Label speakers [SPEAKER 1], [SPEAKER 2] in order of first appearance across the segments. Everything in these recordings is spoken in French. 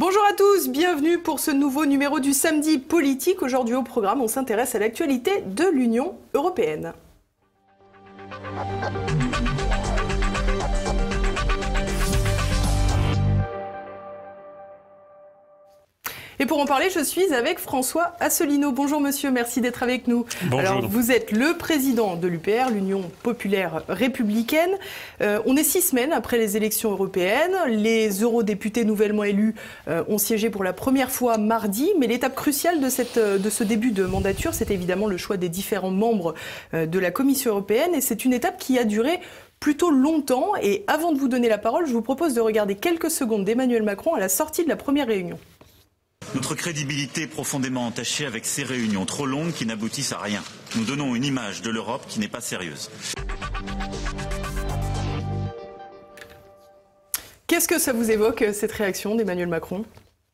[SPEAKER 1] Bonjour à tous, bienvenue pour ce nouveau numéro du Samedi Politique. Aujourd'hui au programme, on s'intéresse à l'actualité de l'Union européenne. Et pour en parler, je suis avec François Asselineau. Bonjour monsieur, merci d'être avec nous.
[SPEAKER 2] Bonjour.
[SPEAKER 1] Alors, vous êtes le président de l'UPR, l'Union populaire républicaine. On est 6 semaines après les élections européennes. Les eurodéputés nouvellement élus ont siégé pour la première fois mardi. Mais l'étape cruciale de ce début de mandature, c'est évidemment le choix des différents membres de la Commission européenne. Et c'est une étape qui a duré plutôt longtemps. Et avant de vous donner la parole, je vous propose de regarder quelques secondes d'Emmanuel Macron à la sortie de la première réunion.
[SPEAKER 3] Notre crédibilité est profondément entachée avec ces réunions trop longues qui n'aboutissent à rien. Nous donnons une image de l'Europe qui n'est pas sérieuse.
[SPEAKER 1] Qu'est-ce que ça vous évoque, cette réaction d'Emmanuel Macron ?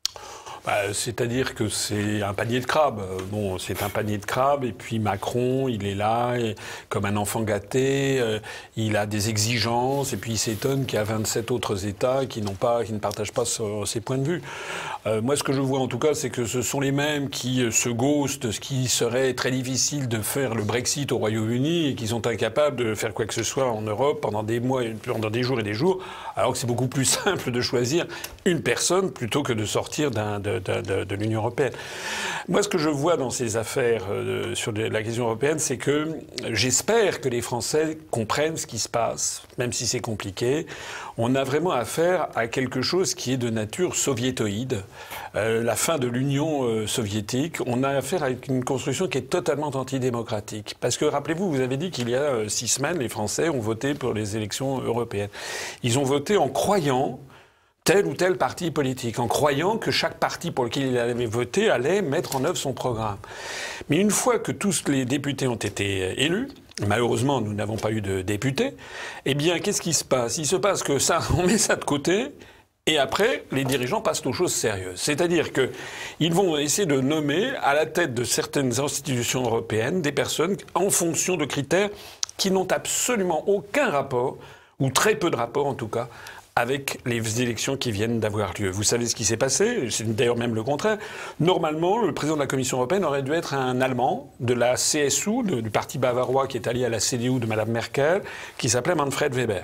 [SPEAKER 2] C'est-à-dire que c'est un panier de crabes. Bon, c'est un panier de crabes et puis Macron, il est là comme un enfant gâté, il a des exigences et puis il s'étonne qu'il y a 27 autres États qui ne partagent pas ses points de vue. Moi, ce que je vois en tout cas, c'est que ce sont les mêmes qui se ghostent, ce qui serait très difficile de faire le Brexit au Royaume-Uni et qui sont incapables de faire quoi que ce soit en Europe pendant des mois, pendant des jours et des jours, alors que c'est beaucoup plus simple de choisir une personne plutôt que de sortir de l'Union européenne. Moi, ce que je vois dans ces affaires sur la question européenne, c'est que j'espère que les Français comprennent ce qui se passe, même si c'est compliqué. On a vraiment affaire à quelque chose qui est de nature soviétoïde. La fin de l'Union soviétique, on a affaire à une construction qui est totalement antidémocratique. Parce que, rappelez-vous, vous avez dit qu'il y a 6 semaines, les Français ont voté pour les élections européennes. Ils ont voté en croyant tel ou tel parti politique, en croyant que chaque parti pour lequel il avait voté allait mettre en œuvre son programme. Mais une fois que tous les députés ont été élus, malheureusement nous n'avons pas eu de députés, eh bien qu'est-ce qui se passe ? Il se passe que ça, on met ça de côté, et après les dirigeants passent aux choses sérieuses. C'est-à-dire qu'ils vont essayer de nommer à la tête de certaines institutions européennes des personnes en fonction de critères qui n'ont absolument aucun rapport, ou très peu de rapport en tout cas, avec les élections qui viennent d'avoir lieu. Vous savez ce qui s'est passé, c'est d'ailleurs même le contraire. Normalement, le président de la Commission européenne aurait dû être un Allemand de la CSU, du parti bavarois qui est allié à la CDU de Mme Merkel, qui s'appelait Manfred Weber.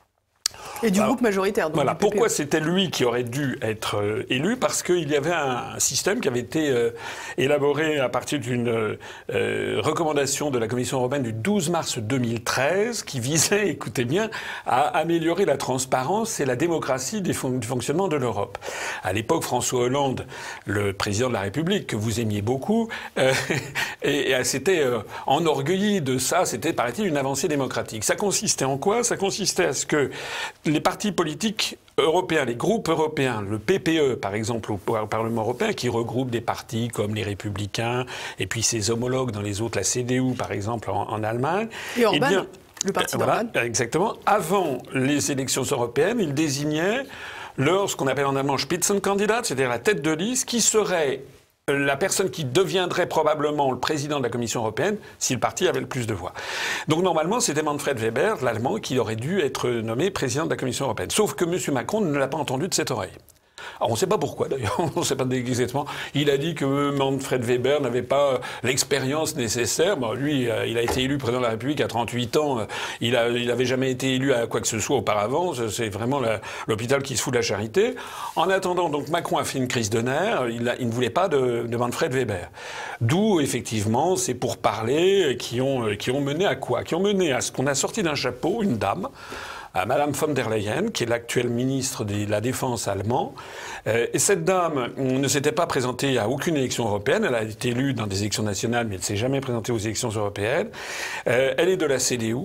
[SPEAKER 1] Et du groupe majoritaire. Donc
[SPEAKER 2] voilà.
[SPEAKER 1] Du PPE.
[SPEAKER 2] Pourquoi c'était lui qui aurait dû être élu ? Parce qu'il y avait un système qui avait été élaboré à partir d'une recommandation de la Commission européenne du 12 mars 2013 qui visait, écoutez bien, à améliorer la transparence et la démocratie du fonctionnement de l'Europe. À l'époque, François Hollande, le président de la République, que vous aimiez beaucoup, s'était enorgueilli de ça. C'était, paraît-il, une avancée démocratique. Ça consistait en quoi ? Ça consistait à ce que les partis politiques européens, les groupes européens, le PPE par exemple au Parlement européen, qui regroupe des partis comme les Républicains et puis ses homologues dans les autres, la CDU par exemple en Allemagne.
[SPEAKER 1] Et Orban, le parti d'Orban.
[SPEAKER 2] Voilà, exactement. Avant les élections européennes, ils désignaient ce qu'on appelle en allemand Spitzenkandidat, c'est-à-dire la tête de liste, qui serait la personne qui deviendrait probablement le président de la Commission européenne si le parti avait le plus de voix. Donc normalement, c'était Manfred Weber, l'Allemand, qui aurait dû être nommé président de la Commission européenne. Sauf que M. Macron ne l'a pas entendu de cette oreille. Alors on ne sait pas pourquoi d'ailleurs, on ne sait pas exactement. Il a dit que Manfred Weber n'avait pas l'expérience nécessaire. Bon, lui, il a été élu président de la République à 38 ans. Il n'avait jamais été élu à quoi que ce soit auparavant. C'est vraiment l'hôpital qui se fout de la charité. En attendant, donc Macron a fait une crise de nerfs. Il ne voulait pas de Manfred Weber. D'où effectivement ces pourparlers qui ont mené à quoi ? Qui ont mené à ce qu'on a sorti d'un chapeau une dame, à Madame von der Leyen, qui est l'actuelle ministre de la Défense allemand. Et cette dame ne s'était pas présentée à aucune élection européenne. Elle a été élue dans des élections nationales, mais elle ne s'est jamais présentée aux élections européennes. Elle est de la CDU.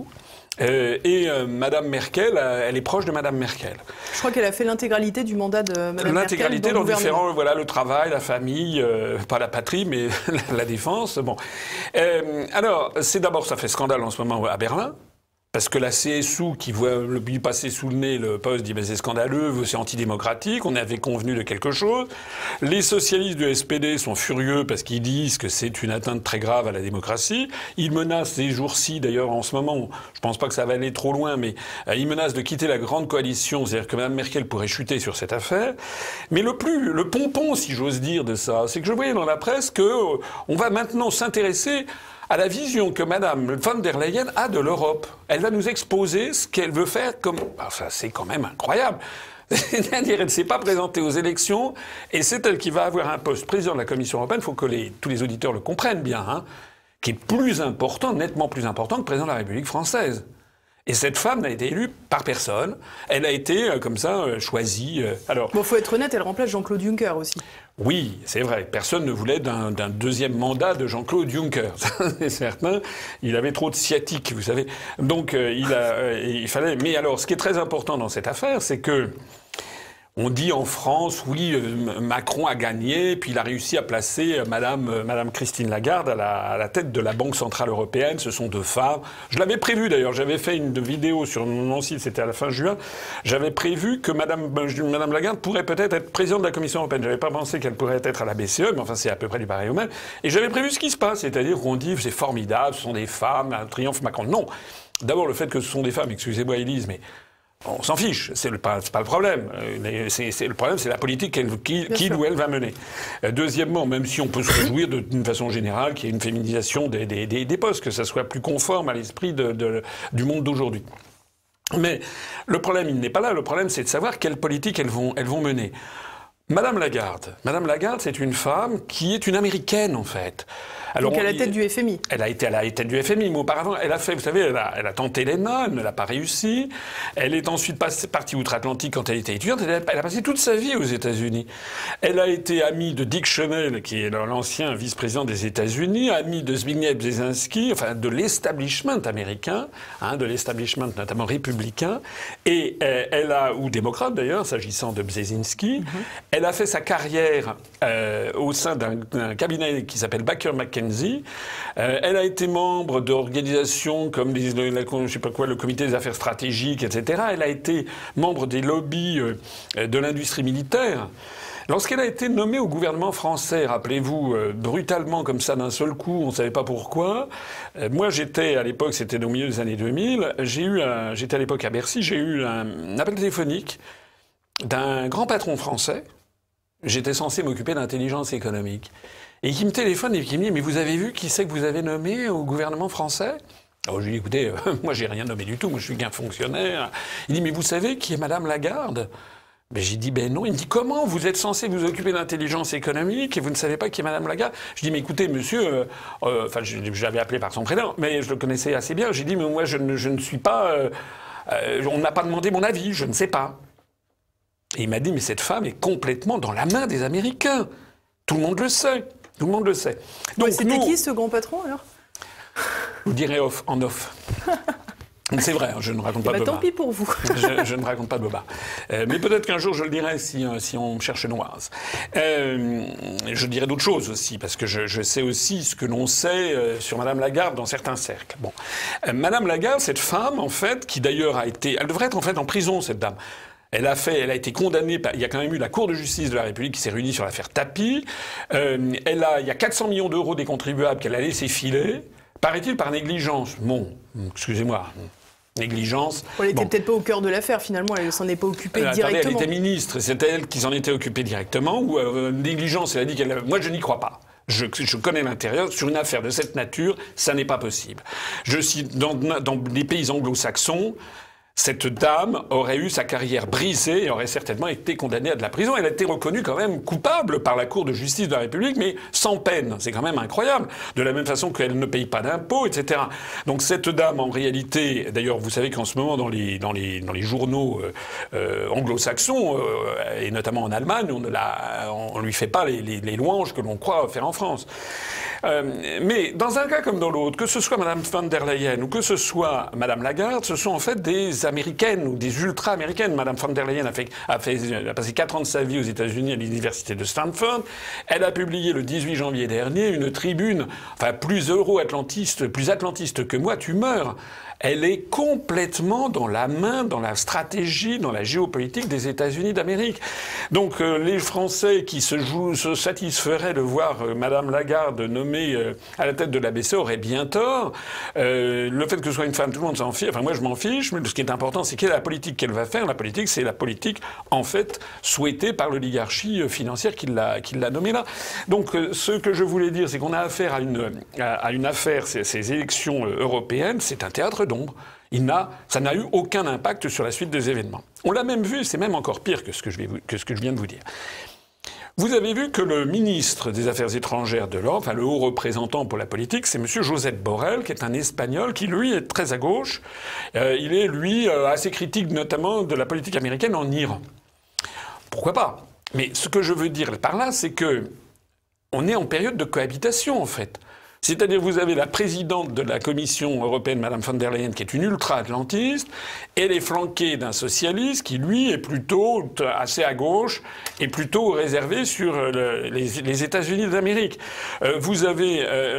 [SPEAKER 2] Madame Merkel, elle est proche de Madame Merkel.
[SPEAKER 1] Je crois qu'elle a fait l'intégralité du mandat de Madame Merkel.
[SPEAKER 2] L'intégralité dans différents, voilà, le travail, la famille, pas la patrie, mais la défense. Bon. Alors, c'est d'abord, ça fait scandale en ce moment à Berlin. Parce que la CSU, qui voit lui passer sous le nez le poste, dit c'est scandaleux, c'est antidémocratique, on avait convenu de quelque chose. Les socialistes du SPD sont furieux parce qu'ils disent que c'est une atteinte très grave à la démocratie. Ils menacent ces jours-ci, d'ailleurs en ce moment, je pense pas que ça va aller trop loin, mais ils menacent de quitter la grande coalition, c'est-à-dire que Mme Merkel pourrait chuter sur cette affaire. Mais le pompon, si j'ose dire, de ça, c'est que je voyais dans la presse que on va maintenant s'intéresser à la vision que Mme von der Leyen a de l'Europe. Elle va nous exposer ce qu'elle veut faire comme... Enfin, c'est quand même incroyable. C'est-à-dire, elle ne s'est pas présentée aux élections, et c'est elle qui va avoir un poste président de la Commission européenne, il faut que tous les auditeurs le comprennent bien, hein, qui est plus important, nettement plus important que président de la République française. Et cette femme n'a été élue par personne. Elle a été, comme ça, choisie. Alors,
[SPEAKER 1] bon, faut être honnête, elle remplace Jean-Claude Juncker aussi.
[SPEAKER 2] Oui, c'est vrai. Personne ne voulait d'un deuxième mandat de Jean-Claude Juncker. C'est certain. Il avait trop de sciatique, vous savez. Donc, il fallait... Mais alors, ce qui est très important dans cette affaire, c'est que on dit en France, oui, Macron a gagné, puis il a réussi à placer Madame Christine Lagarde à la tête de la Banque Centrale Européenne. Ce sont deux femmes. Je l'avais prévu d'ailleurs, j'avais fait une vidéo sur mon site, c'était à la fin juin. J'avais prévu que Madame Lagarde pourrait peut-être être présidente de la Commission Européenne. J'avais pas pensé qu'elle pourrait être à la BCE, mais enfin c'est à peu près du pareil au même. Et j'avais prévu ce qui se passe, c'est-à-dire qu'on dit c'est formidable, ce sont des femmes, un triomphe Macron. Non. D'abord le fait que ce sont des femmes, excusez-moi Élise, mais... on s'en fiche, c'est pas le problème. Le problème, c'est la politique qu'il ou elle va mener. Deuxièmement, même si on peut se réjouir d'une façon générale qu'il y ait une féminisation des postes, que ça soit plus conforme à l'esprit du monde d'aujourd'hui. Mais le problème, il n'est pas là. Le problème, c'est de savoir quelle politique elles vont mener. Madame Lagarde, c'est une femme qui est une Américaine, en fait.
[SPEAKER 1] Alors, donc à la tête du FMI.
[SPEAKER 2] Elle a été à la tête du FMI, mais auparavant, elle a fait, vous savez, elle a tenté l'ENA, elle ne l'a pas réussi. Elle est ensuite partie outre-Atlantique quand elle était étudiante. Elle a passé toute sa vie aux États-Unis. Elle a été amie de Dick Cheney, qui est l'ancien vice-président des États-Unis, amie de Zbigniew Brzezinski, enfin de l'establishment américain, de l'establishment notamment républicain, et ou démocrate d'ailleurs, s'agissant de Brzezinski. Elle a fait sa carrière au sein d'un cabinet qui s'appelle Baker McKenzie. Elle a été membre d'organisations comme je sais pas quoi, le comité des affaires stratégiques, etc. Elle a été membre des lobbies de l'industrie militaire. Lorsqu'elle a été nommée au gouvernement français, rappelez-vous, brutalement comme ça d'un seul coup, on ne savait pas pourquoi. Moi, j'étais à l'époque, c'était au milieu des années 2000. J'étais à l'époque à Bercy. J'ai eu un appel téléphonique d'un grand patron français. J'étais censé m'occuper d'intelligence économique. Et qui me téléphone et qui me dit « Mais vous avez vu qui c'est que vous avez nommé au gouvernement français ?» Alors je lui dis « Écoutez, moi j'ai rien nommé du tout, moi je suis qu'un fonctionnaire. » Il dit « Mais vous savez qui est Madame Lagarde ?» Ben, j'ai dit « Ben non. » Il me dit « Comment vous êtes censé vous occuper d'intelligence économique et vous ne savez pas qui est Madame Lagarde ?» Je dis « Mais écoutez, monsieur... » Enfin, je l'avais appelé par son prénom, mais je le connaissais assez bien. J'ai dit « Mais moi je ne suis pas... on ne m'a pas demandé mon avis, je ne sais pas. » Et il m'a dit « Mais cette femme est complètement dans la main des Américains. Tout le monde le sait. » Tout le monde le sait.
[SPEAKER 1] Donc, c'était qui ce grand patron alors ?
[SPEAKER 2] Je vous dirai en off. C'est vrai, je ne raconte pas de bobards.
[SPEAKER 1] Tant pis pour vous.
[SPEAKER 2] je ne raconte pas de bobards. Mais peut-être qu'un jour je le dirai si on cherche Noise. Je dirai d'autres choses aussi, parce que je sais aussi ce que l'on sait sur Madame Lagarde dans certains cercles. Bon, Madame Lagarde, cette femme en fait, qui d'ailleurs elle devrait être en fait en prison, cette dame. Elle a été condamnée il y a quand même eu la Cour de justice de la République qui s'est réunie sur l'affaire Tapie. Il y a 400 millions d'euros des contribuables qu'elle a laissé filer, paraît-il par négligence. Bon, excusez-moi. Négligence.
[SPEAKER 1] Elle n'était peut-être pas au cœur de l'affaire, finalement, elle ne s'en est pas occupée directement.
[SPEAKER 2] Elle était ministre, c'est elle qui s'en était occupée directement, ou négligence, elle a dit qu'elle... Moi, je n'y crois pas. Je connais l'intérieur. Sur une affaire de cette nature, ça n'est pas possible. Je cite, dans les pays anglo-saxons, cette dame aurait eu sa carrière brisée et aurait certainement été condamnée à de la prison. Elle a été reconnue quand même coupable par la Cour de justice de la République, mais sans peine. C'est quand même incroyable. De la même façon qu'elle ne paye pas d'impôts, etc. Donc cette dame, en réalité, d'ailleurs, vous savez qu'en ce moment, dans les journaux anglo-saxons, et notamment en Allemagne, on lui fait pas les louanges que l'on croit faire en France. Mais dans un cas comme dans l'autre, que ce soit Mme von der Leyen ou que ce soit Mme Lagarde, ce sont en fait des Américaines ou des ultra-américaines. Mme von der Leyen a passé 4 ans de sa vie aux États-Unis à l'université de Stanford. Elle a publié le 18 janvier dernier une tribune, enfin plus euro-atlantiste, plus atlantiste que moi, tu meurs. Elle est complètement dans la main, dans la stratégie, dans la géopolitique des États-Unis d'Amérique. Donc les Français qui se satisferaient de voir Madame Lagarde nommée à la tête de la BCE auraient bien tort. Le fait que ce soit une femme, tout le monde s'en fiche. Enfin moi je m'en fiche, mais ce qui est important c'est quelle est la politique qu'elle va faire. La politique c'est la politique en fait souhaitée par l'oligarchie financière qui l'a nommée là. Donc ce que je voulais dire c'est qu'on a affaire à une affaire, ces élections européennes, c'est un théâtre d'ombre. Ça n'a eu aucun impact sur la suite des événements. On l'a même vu, c'est même encore pire que ce que je viens de vous dire. Vous avez vu que le ministre des Affaires étrangères de l'Europe, enfin le haut représentant pour la politique, c'est M. Josep Borrell, qui est un Espagnol, qui lui est très à gauche. Il est, lui, assez critique notamment de la politique américaine en Iran. Pourquoi pas? Mais ce que je veux dire par là, c'est que on est en période de cohabitation, en fait. C'est-à-dire vous avez la présidente de la Commission européenne, Mme von der Leyen, qui est une ultra-atlantiste. Elle est flanquée d'un socialiste qui, lui, est plutôt assez à gauche et plutôt réservé sur les États-Unis d'Amérique. Vous avez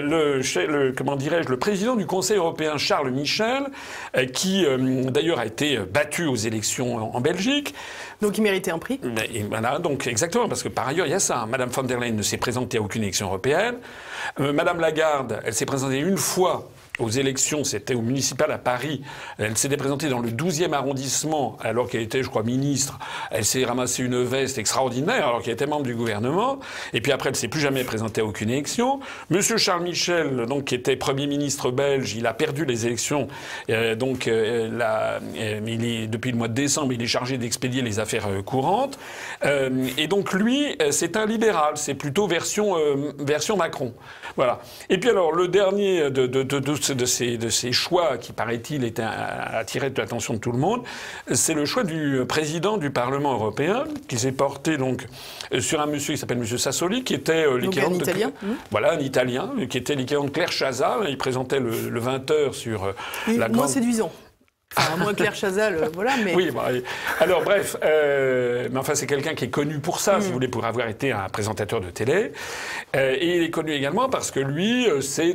[SPEAKER 2] le président du Conseil européen, Charles Michel, qui d'ailleurs a été battu aux élections en Belgique.
[SPEAKER 1] Donc il méritait un prix.
[SPEAKER 2] Et voilà, donc exactement, parce que par ailleurs, il y a ça. Mme von der Leyen ne s'est présentée à aucune élection européenne. Mme Lagarde, elle s'est présentée une fois aux élections, c'était au municipal à Paris. Elle s'était présentée dans le 12e arrondissement, alors qu'elle était, je crois, ministre. Elle s'est ramassée une veste extraordinaire, alors qu'elle était membre du gouvernement. Et puis après, elle s'est plus jamais présentée à aucune élection. Monsieur Charles Michel, donc, qui était Premier ministre belge, il a perdu les élections. Depuis le mois de décembre, il est chargé d'expédier les affaires courantes. Et donc, lui, c'est un libéral. C'est plutôt version Macron. Voilà. Et puis alors, le dernier de ces choix qui, paraît-il, était attiré de l'attention de tout le monde, c'est le choix du président du Parlement européen, qui s'est porté donc sur un monsieur qui s'appelle monsieur Sassoli, qui était l'équivalent
[SPEAKER 1] de... Italien.
[SPEAKER 2] Voilà, un Italien, qui était l'équivalent de Claire Chazal. Il présentait le 20h sur la grande...
[SPEAKER 1] Moins séduisant. Enfin, moins Claire Chazal, voilà, mais...
[SPEAKER 2] Oui, bah, alors bref, mais enfin c'est quelqu'un qui est connu pour ça, si vous voulez, pour avoir été un présentateur de télé. Et il est connu également parce que lui,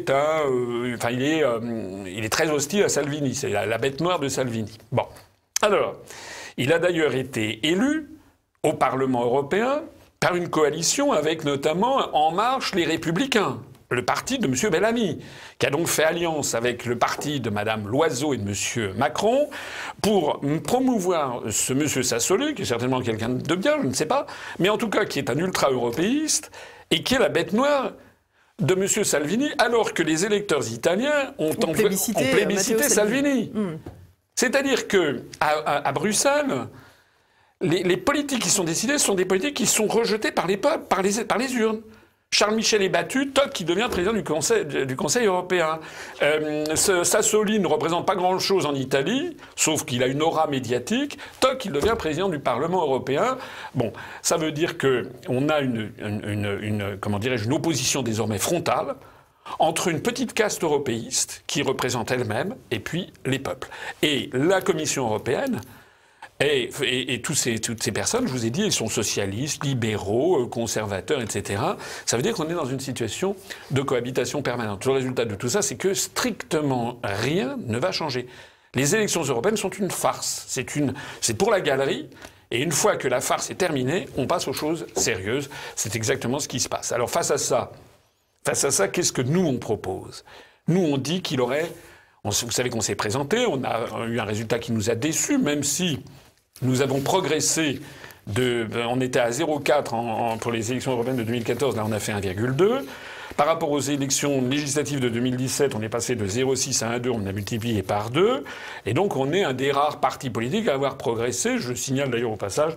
[SPEAKER 2] il est très hostile à Salvini, c'est la bête noire de Salvini. Bon, alors, il a d'ailleurs été élu au Parlement européen par une coalition avec notamment En Marche, les Républicains. Le parti de M. Bellamy, qui a donc fait alliance avec le parti de Mme Loiseau et de M. Macron pour promouvoir ce M. Sassoli, qui est certainement quelqu'un de bien, je ne sais pas, mais en tout cas qui est un ultra-européiste et qui est la bête noire de M. Salvini, alors que les électeurs italiens ont plébiscité Salvini. C'est-à-dire que à Bruxelles, les politiques qui sont décidées sont des politiques qui sont rejetées par les peuples, par les urnes. Charles Michel est battu, toc, qui devient président du Conseil européen. Sassoli ne représente pas grand-chose en Italie, sauf qu'il a une aura médiatique. Toc, il devient président du Parlement européen. Bon, ça veut dire qu'on a une opposition désormais frontale entre une petite caste européiste qui représente elle-même et puis les peuples. Et la Commission européenne... Et toutes ces personnes, je vous ai dit, ils sont socialistes, libéraux, conservateurs, etc. Ça veut dire qu'on est dans une situation de cohabitation permanente. Le résultat de tout ça, c'est que strictement rien ne va changer. Les élections européennes sont une farce. C'est pour la galerie. Et une fois que la farce est terminée, on passe aux choses sérieuses. C'est exactement ce qui se passe. Alors face à ça, qu'est-ce que nous on propose? Nous on dit qu'il aurait... Vous savez qu'on s'est présenté, on a eu un résultat qui nous a déçus, même si nous avons progressé on était à 0,4 pour les élections européennes de 2014, là on a fait 1,2. Par rapport aux élections législatives de 2017, on est passé de 0,6 à 1,2, on a multiplié par 2. Et donc on est un des rares partis politiques à avoir progressé. Je signale d'ailleurs au passage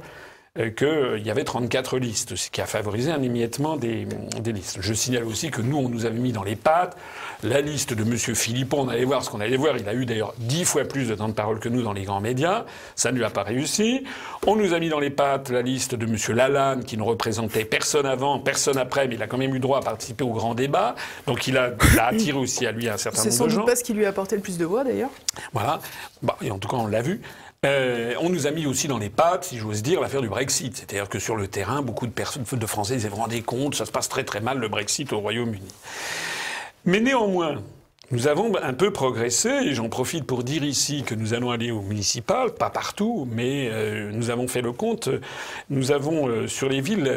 [SPEAKER 2] qu'il y avait 34 listes, ce qui a favorisé un émiettement des listes. Je signale aussi que nous, on nous avait mis dans les pattes la liste de M. Philippon. On allait voir ce qu'on allait voir. Il a eu d'ailleurs 10 fois plus de temps de parole que nous dans les grands médias. Ça ne lui a pas réussi. On nous a mis dans les pattes la liste de M. Lalanne, qui ne représentait personne avant, personne après, mais il a quand même eu droit à participer au grand débat. Donc il a attiré aussi à lui un certain nombre de gens.
[SPEAKER 1] C'est sans doute pas ce qui lui a apporté le plus de voix, d'ailleurs.
[SPEAKER 2] Voilà. Bah, et en tout cas, on l'a vu. On nous a mis aussi dans les pattes, si j'ose dire, l'affaire du Brexit. C'est-à-dire que sur le terrain, beaucoup de Français disaient, vous vous rendez compte, ça se passe très très mal le Brexit au Royaume-Uni. Mais néanmoins, nous avons un peu progressé, et j'en profite pour dire ici que nous allons aller au municipal, pas partout, mais nous avons fait le compte. Nous avons sur les villes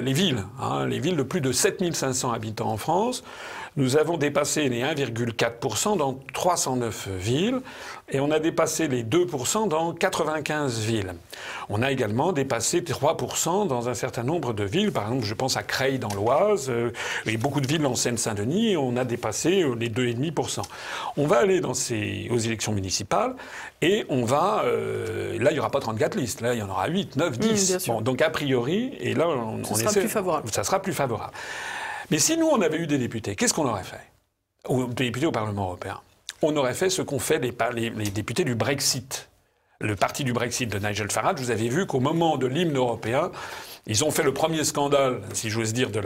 [SPEAKER 2] de plus de 7500 habitants en France, nous avons dépassé les 1,4% dans 309 villes et on a dépassé les 2% dans 95 villes. On a également dépassé 3% dans un certain nombre de villes. Par exemple, je pense à Creil dans l'Oise et beaucoup de villes en Seine-Saint-Denis. On a dépassé les 2,5%. On va aller aux élections municipales et on va... là, il n'y aura pas 34 listes. Là, il y en aura 8, 9, 10. Bon, donc a priori, et là,
[SPEAKER 1] ça sera plus favorable.
[SPEAKER 2] Ça sera plus favorable. Mais si nous, on avait eu des députés, qu'est-ce qu'on aurait fait? Ou des députés au Parlement européen? On aurait fait ce qu'ont fait les députés du Brexit. Le parti du Brexit de Nigel Farage, vous avez vu qu'au moment de l'hymne européen, ils ont fait le premier scandale, si j'ose dire, de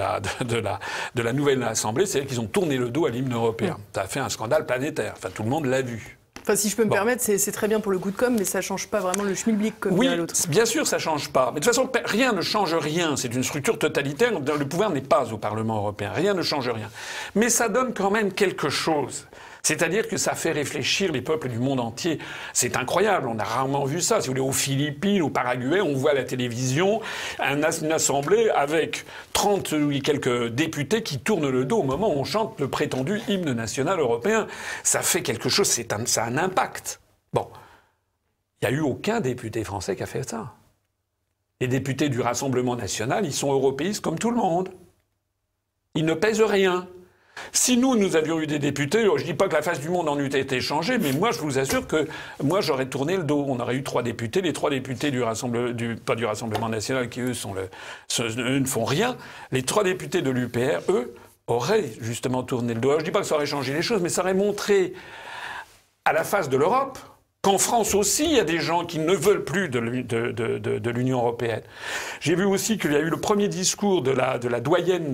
[SPEAKER 2] la nouvelle Assemblée, c'est qu'ils ont tourné le dos à l'hymne européen. Ça a fait un scandale planétaire. Enfin, tout le monde l'a vu.
[SPEAKER 1] Enfin, si je peux me permettre, c'est très bien pour le coup de com', mais ça change pas vraiment le schmilblick comme l'un à l'autre.
[SPEAKER 2] Oui, bien sûr, ça change pas. Mais de toute façon, rien ne change rien. C'est une structure totalitaire. Le pouvoir n'est pas au Parlement européen. Rien ne change rien. Mais ça donne quand même quelque chose. C'est-à-dire que ça fait réfléchir les peuples du monde entier. C'est incroyable, on a rarement vu ça. Si vous voulez, aux Philippines, au Paraguay, on voit à la télévision une assemblée avec 30 et quelques députés qui tournent le dos au moment où on chante le prétendu hymne national européen. Ça fait quelque chose, ça a un impact. Bon, il n'y a eu aucun député français qui a fait ça. Les députés du Rassemblement national, ils sont européistes comme tout le monde. Ils ne pèsent rien. Si nous avions eu des députés, je ne dis pas que la face du monde en eût été changée, mais moi, je vous assure que moi, j'aurais tourné le dos. On aurait eu 3 députés. Les 3 députés pas du Rassemblement national, qui, eux, eux ne font rien. Les 3 députés de l'UPR, eux, auraient justement tourné le dos. Alors, je ne dis pas que ça aurait changé les choses, mais ça aurait montré à la face de l'Europe qu'en France aussi, il y a des gens qui ne veulent plus de l'Union européenne. J'ai vu aussi qu'il y a eu le premier discours de la doyenne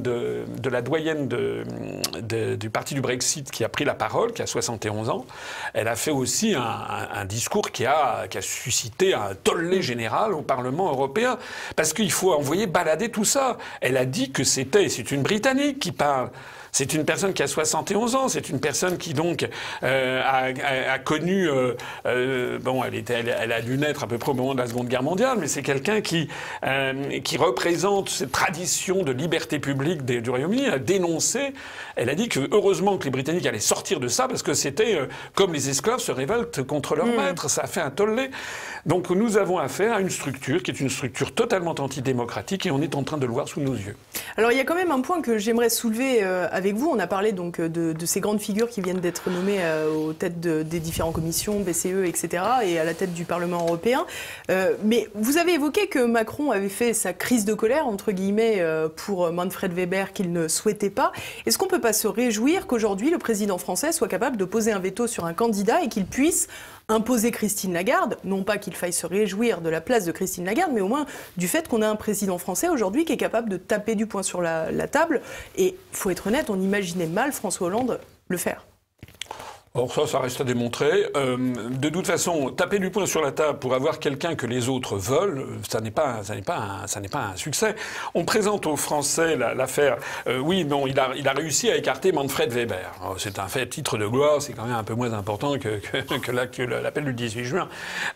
[SPEAKER 2] du parti du Brexit qui a pris la parole, qui a 71 ans. Elle a fait aussi un discours qui a suscité un tollé général au Parlement européen. Parce qu'il faut envoyer balader tout ça. Elle a dit que c'est une Britannique qui parle. C'est une personne qui a 71 ans, c'est une personne qui donc a connu... elle a dû naître à peu près au moment de la Seconde Guerre mondiale, mais c'est quelqu'un qui représente cette tradition de liberté publique du Royaume-Uni. Elle a dénoncé, elle a dit que heureusement que les Britanniques allaient sortir de ça, parce que c'était comme les esclaves se révoltent contre leur maître. Ça a fait un tollé. Donc nous avons affaire à une structure qui est une structure totalement antidémocratique et on est en train de le voir sous nos yeux.
[SPEAKER 1] Alors il y a quand même un point que j'aimerais soulever avec vous. On a parlé donc de ces grandes figures qui viennent d'être nommées aux têtes des différentes commissions, BCE, etc. et à la tête du Parlement européen. Mais vous avez évoqué que Macron avait fait sa crise de colère, entre guillemets, pour Manfred Weber qu'il ne souhaitait pas. Est-ce qu'on ne peut pas se réjouir qu'aujourd'hui le président français soit capable de poser un veto sur un candidat et qu'il puisse imposer Christine Lagarde, non pas qu'il faille se réjouir de la place de Christine Lagarde, mais au moins du fait qu'on a un président français aujourd'hui qui est capable de taper du poing sur la table. Et il faut être honnête, on imaginait mal François Hollande le faire.
[SPEAKER 2] Or ça reste à démontrer. De toute façon, taper du poing sur la table pour avoir quelqu'un que les autres veulent, ça n'est pas un succès. On présente aux Français l'affaire. Il a réussi à écarter Manfred Weber. C'est un fait titre de gloire, c'est quand même un peu moins important que l'appel du 18 juin.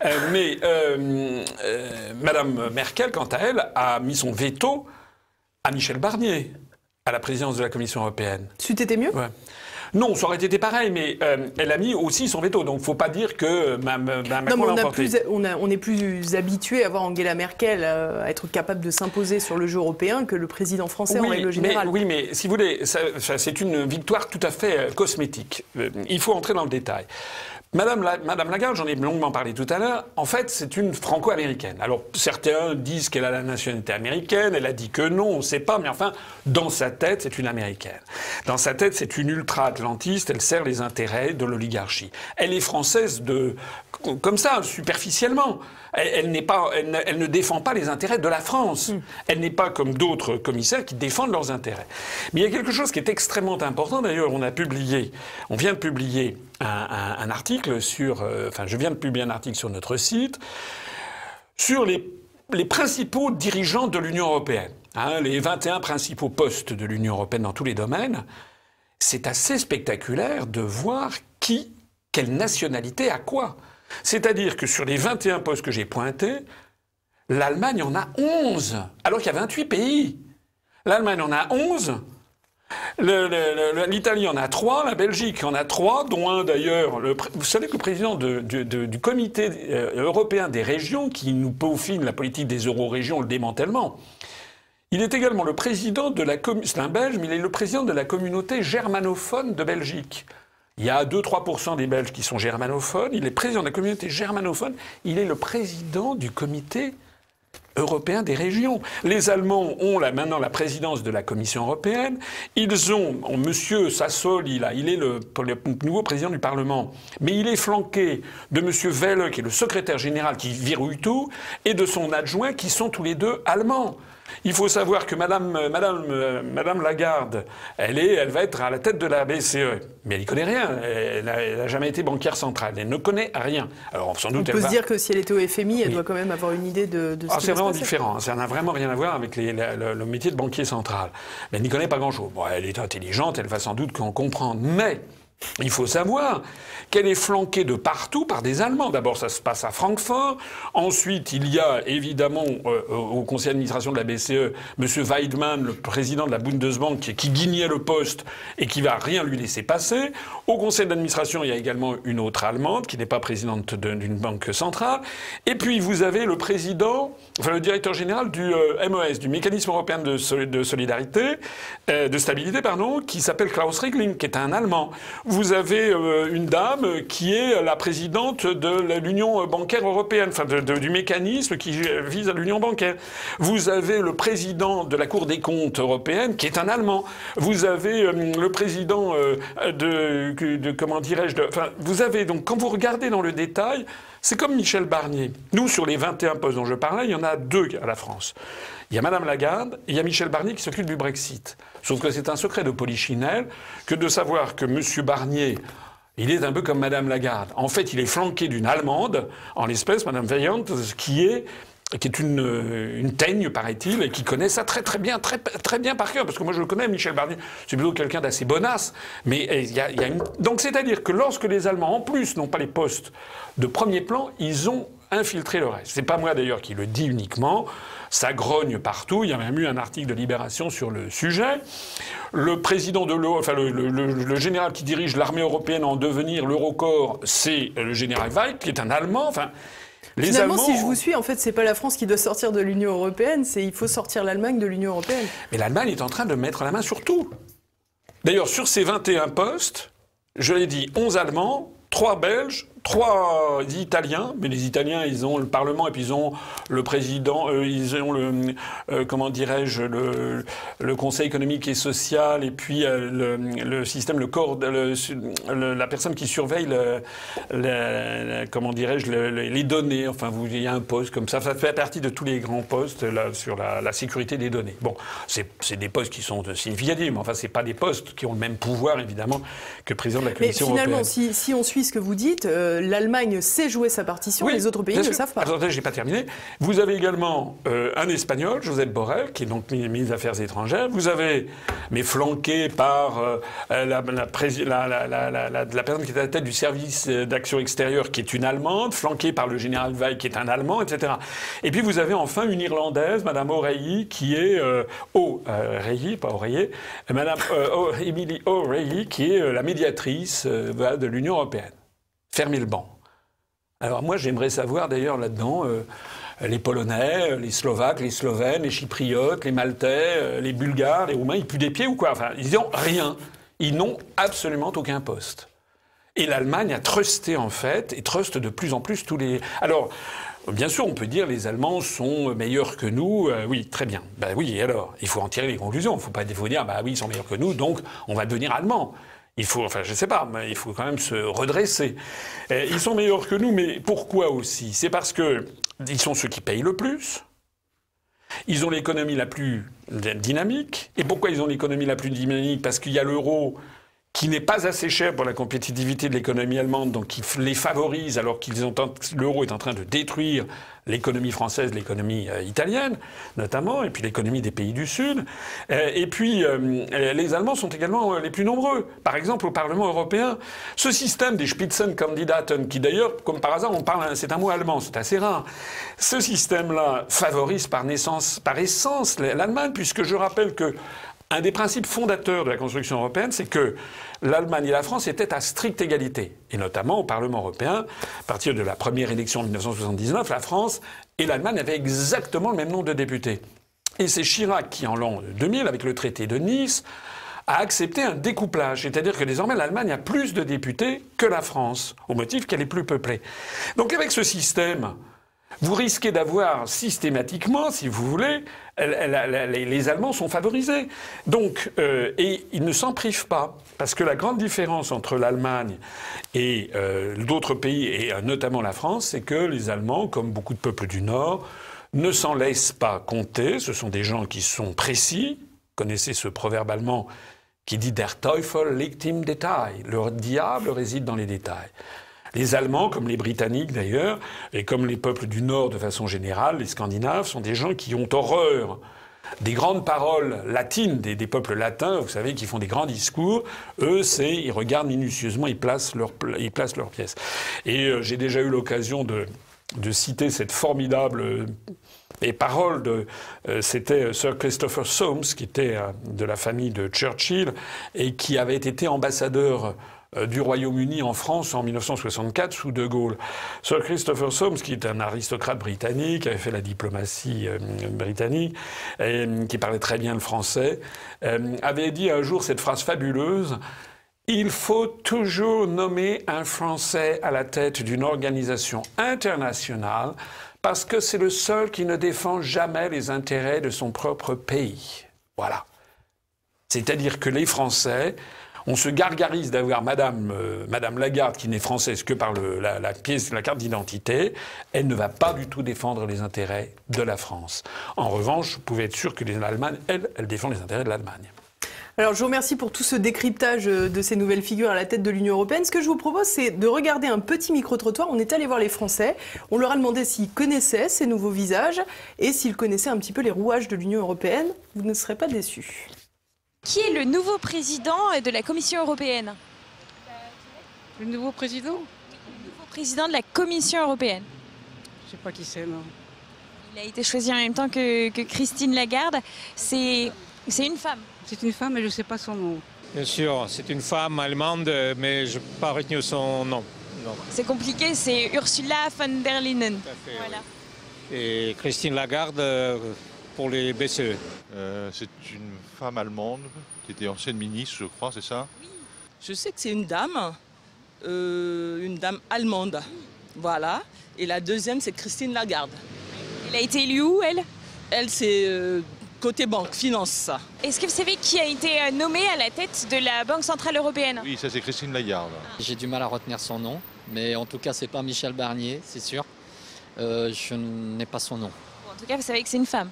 [SPEAKER 2] Madame Merkel, quant à elle, a mis son veto à Michel Barnier, à la présidence de la Commission européenne.
[SPEAKER 1] C'eût été mieux ?
[SPEAKER 2] Ouais. Non, ça aurait été pareil, mais elle a mis aussi son veto. Donc, il ne faut pas dire que Macron l'a emporté.
[SPEAKER 1] On est plus habitué à voir Angela Merkel à être capable de s'imposer sur le jeu européen que le président français en règle générale.
[SPEAKER 2] Oui, mais si vous voulez, c'est une victoire tout à fait cosmétique. Il faut entrer dans le détail. Madame Lagarde, j'en ai longuement parlé tout à l'heure, en fait, c'est une franco-américaine. Alors, certains disent qu'elle a la nationalité américaine, elle a dit que non, on ne sait pas, mais enfin, dans sa tête, c'est une américaine. Dans sa tête, c'est une ultra-atlantiste, elle sert les intérêts de l'oligarchie. Elle est française comme ça, superficiellement. Elle ne défend pas les intérêts de la France. Elle n'est pas comme d'autres commissaires qui défendent leurs intérêts. Mais il y a quelque chose qui est extrêmement important. D'ailleurs, on vient de publier un article je viens de publier un article sur notre site sur les principaux dirigeants de l'Union européenne. Les 21 principaux postes de l'Union européenne dans tous les domaines. C'est assez spectaculaire de voir quelle nationalité a quoi. C'est-à-dire que sur les 21 postes que j'ai pointés, l'Allemagne en a 11, alors qu'il y a 28 pays. L'Allemagne en a 11, l'Italie en a 3, la Belgique en a 3, dont un d'ailleurs. Vous savez que le président du comité européen des régions, qui nous peaufine la politique des euro-régions, le démantèlement, il est également le président c'est un Belge, mais il est le président de la communauté germanophone de Belgique. Il y a 2-3% des Belges qui sont germanophones. Il est président de la communauté germanophone. Il est le président du comité européen des régions. Les Allemands ont maintenant la présidence de la Commission européenne. Ils ont Monsieur Sassoli, il est le nouveau président du Parlement. Mais il est flanqué de Monsieur Welle, qui est le secrétaire général qui verrouille tout, et de son adjoint, qui sont tous les deux allemands. Il faut savoir que Madame Lagarde, elle va être à la tête de la BCE. Mais elle n'y connaît rien. Elle n'a jamais été banquière centrale. Elle ne connaît rien. Alors, sans doute,
[SPEAKER 1] on peut se dire que si elle était au FMI, elle doit quand même avoir une idée de ce qui va se passer.
[SPEAKER 2] C'est vraiment différent. Ça n'a vraiment rien à voir avec le métier de banquier central. Mais elle n'y connaît pas grand-chose. Bon, elle est intelligente, elle va sans doute en comprendre. Mais il faut savoir qu'elle est flanquée de partout par des Allemands. D'abord, ça se passe à Francfort. Ensuite, il y a évidemment au conseil d'administration de la BCE, M. Weidmann, le président de la Bundesbank, qui guignait le poste et qui va rien lui laisser passer. Au conseil d'administration, il y a également une autre Allemande qui n'est pas présidente d'une banque centrale. Et puis, vous avez le directeur général du MES, du Mécanisme européen de solidarité, de stabilité, qui s'appelle Klaus Regling, qui est un Allemand. Vous avez une dame qui est la présidente de l'Union bancaire européenne, du mécanisme qui vise à l'Union bancaire. Vous avez le président de la Cour des comptes européenne qui est un Allemand. Vous avez le président vous avez donc, quand vous regardez dans le détail, c'est comme Michel Barnier. Nous, sur les 21 postes dont je parlais, il y en a 2 à la France. Il y a Madame Lagarde et il y a Michel Barnier qui s'occupe du Brexit. Sauf que c'est un secret de polichinelle que de savoir que M. Barnier, il est un peu comme Madame Lagarde. En fait, il est flanqué d'une Allemande, en l'espèce, Madame Weyand, qui est une teigne, paraît-il, et qui connaît ça très bien par cœur. Parce que moi, je le connais, Michel Barnier, c'est plutôt quelqu'un d'assez bonasse. Mais donc, c'est-à-dire que lorsque les Allemands, en plus, n'ont pas les postes de premier plan, ils ont infiltré le reste. C'est pas moi, d'ailleurs, qui le dis uniquement. Ça grogne partout. Il y a même eu un article de Libération sur le sujet. Le président de le général qui dirige l'armée européenne en devenir, l'Eurocorps, c'est le général Weid, qui est un Allemand.
[SPEAKER 1] Finalement, si je vous suis, en fait, c'est pas la France qui doit sortir de l'Union européenne, il faut sortir l'Allemagne de l'Union européenne.
[SPEAKER 2] Mais l'Allemagne est en train de mettre la main sur tout. D'ailleurs, sur ces 21 postes, je l'ai dit, 11 Allemands, 3 Belges, 3 Italiens, mais les Italiens, ils ont le Parlement et puis ils ont le président, ils ont le Conseil économique et social et puis le système, le corps, la personne qui surveille les données. Enfin, il y a un poste comme ça. Ça fait partie de tous les grands postes là, sur la sécurité des données. Bon, c'est des postes qui sont significatifs, mais enfin, c'est pas des postes qui ont le même pouvoir, évidemment, que le président de la Commission européenne.
[SPEAKER 1] Mais finalement, si on suit ce que vous dites, l'Allemagne sait jouer sa partition,
[SPEAKER 2] Oui,
[SPEAKER 1] les autres pays ne le savent pas.
[SPEAKER 2] Attendez, j'ai pas terminé. Vous avez également un Espagnol, Josep Borrell, qui est donc ministre des Affaires étrangères. Vous avez, mais flanqué par la personne qui est à la tête du service d'action extérieure, qui est une Allemande, flanquée par le général Weil, qui est un Allemand, etc. Et puis vous avez enfin une Irlandaise, Madame O'Reilly, qui est O'Reilly, pas Oreiller, Madame Emily O'Reilly, qui est la médiatrice de l'Union européenne. Fermez le banc. Alors moi, j'aimerais savoir d'ailleurs là-dedans les Polonais, les Slovaques, les Slovènes, les Chypriotes, les Maltais, les Bulgares, les Roumains, ils puent des pieds ou quoi? Enfin, ils n'ont rien. Ils n'ont absolument aucun poste. Et l'Allemagne a trusté en fait, et truste de plus en plus tous les... Alors, bien sûr, on peut dire les Allemands sont meilleurs que nous. Oui, très bien. Ben oui, et alors? Il faut en tirer les conclusions. Il ne faut dire, bah oui, ils sont meilleurs que nous, donc on va devenir allemands. Il faut, enfin, je sais pas, mais il faut quand même se redresser. Ils sont meilleurs que nous, mais pourquoi aussi? C'est parce que ils sont ceux qui payent le plus. Ils ont l'économie la plus dynamique. Et pourquoi ils ont l'économie la plus dynamique? Parce qu'il y a l'euro qui n'est pas assez cher pour la compétitivité de l'économie allemande, donc qui les favorise alors qu'ils ont l'euro est en train de détruire l'économie française, l'économie italienne notamment, et puis l'économie des pays du Sud. Et puis les Allemands sont également les plus nombreux. Par exemple, au Parlement européen, ce système des Spitzenkandidaten, qui d'ailleurs, comme par hasard, c'est un mot allemand, c'est assez rare. Ce système-là favorise par essence l'Allemagne, puisque je rappelle que un des principes fondateurs de la construction européenne, c'est que l'Allemagne et la France étaient à stricte égalité. Et notamment au Parlement européen, à partir de la première élection en 1979, la France et l'Allemagne avaient exactement le même nombre de députés. Et c'est Chirac qui, en l'an 2000, avec le traité de Nice, a accepté un découplage. C'est-à-dire que désormais, l'Allemagne a plus de députés que la France, au motif qu'elle est plus peuplée. Donc avec ce système, vous risquez d'avoir systématiquement, si vous voulez, les Allemands sont favorisés. Donc, et ils ne s'en privent pas. Parce que la grande différence entre l'Allemagne et d'autres pays, et notamment la France, c'est que les Allemands, comme beaucoup de peuples du Nord, ne s'en laissent pas compter. Ce sont des gens qui sont précis. Vous connaissez ce proverbe allemand qui dit « Der Teufel liegt im Detail ». Le diable réside dans les détails. Les Allemands, comme les Britanniques d'ailleurs, et comme les peuples du Nord de façon générale, les Scandinaves, sont des gens qui ont horreur des grandes paroles latines, des peuples latins, vous savez, qui font des grands discours. Eux, ils regardent minutieusement, ils placent leurs pièces. Et j'ai déjà eu l'occasion de citer cette formidable parole c'était Sir Christopher Soames, qui était de la famille de Churchill, et qui avait été ambassadeur du Royaume-Uni en France en 1964 sous De Gaulle. Sir Christopher Soames, qui est un aristocrate britannique, avait fait la diplomatie britannique, et qui parlait très bien le français, avait dit un jour cette phrase fabuleuse: « Il faut toujours nommer un Français à la tête d'une organisation internationale parce que c'est le seul qui ne défend jamais les intérêts de son propre pays. » Voilà. C'est-à-dire que les Français... On se gargarise d'avoir Madame Lagarde, qui n'est française que par la carte d'identité. Elle ne va pas du tout défendre les intérêts de la France. En revanche, vous pouvez être sûr que l'Allemagne, elle défend les intérêts de l'Allemagne.
[SPEAKER 1] Alors, je vous remercie pour tout ce décryptage de ces nouvelles figures à la tête de l'Union européenne. Ce que je vous propose, c'est de regarder un petit micro-trottoir. On est allé voir les Français. On leur a demandé s'ils connaissaient ces nouveaux visages et s'ils connaissaient un petit peu les rouages de l'Union européenne. Vous ne serez pas déçus.
[SPEAKER 4] Qui est le nouveau président de la Commission européenne?
[SPEAKER 5] Le nouveau président?
[SPEAKER 4] Le nouveau président de la Commission européenne.
[SPEAKER 5] Je sais pas qui c'est, non.
[SPEAKER 4] Il a été choisi en même temps que Christine Lagarde. C'est une femme.
[SPEAKER 5] C'est une femme, mais je ne sais pas son nom.
[SPEAKER 6] Bien sûr, c'est une femme allemande, mais je n'ai pas retenu son nom.
[SPEAKER 4] C'est compliqué, c'est Ursula von der Leyen.
[SPEAKER 6] Tout à fait,
[SPEAKER 4] voilà.
[SPEAKER 6] Oui. Et Christine Lagarde pour les BCE.
[SPEAKER 7] C'est une femme allemande qui était ancienne ministre, je crois, c'est ça?
[SPEAKER 4] Oui.
[SPEAKER 8] Je sais que c'est une dame allemande. Voilà. Et la deuxième, c'est Christine Lagarde.
[SPEAKER 4] Elle a été élue où, elle?
[SPEAKER 8] Elle, c'est côté banque, finance, ça.
[SPEAKER 4] Est-ce que vous savez qui a été nommé à la tête de la Banque Centrale Européenne?
[SPEAKER 7] Oui, ça c'est Christine Lagarde.
[SPEAKER 9] J'ai du mal à retenir son nom, mais en tout cas, c'est pas Michel Barnier, c'est sûr. Je n'ai pas son nom.
[SPEAKER 4] Bon, en tout cas, vous savez que c'est une femme.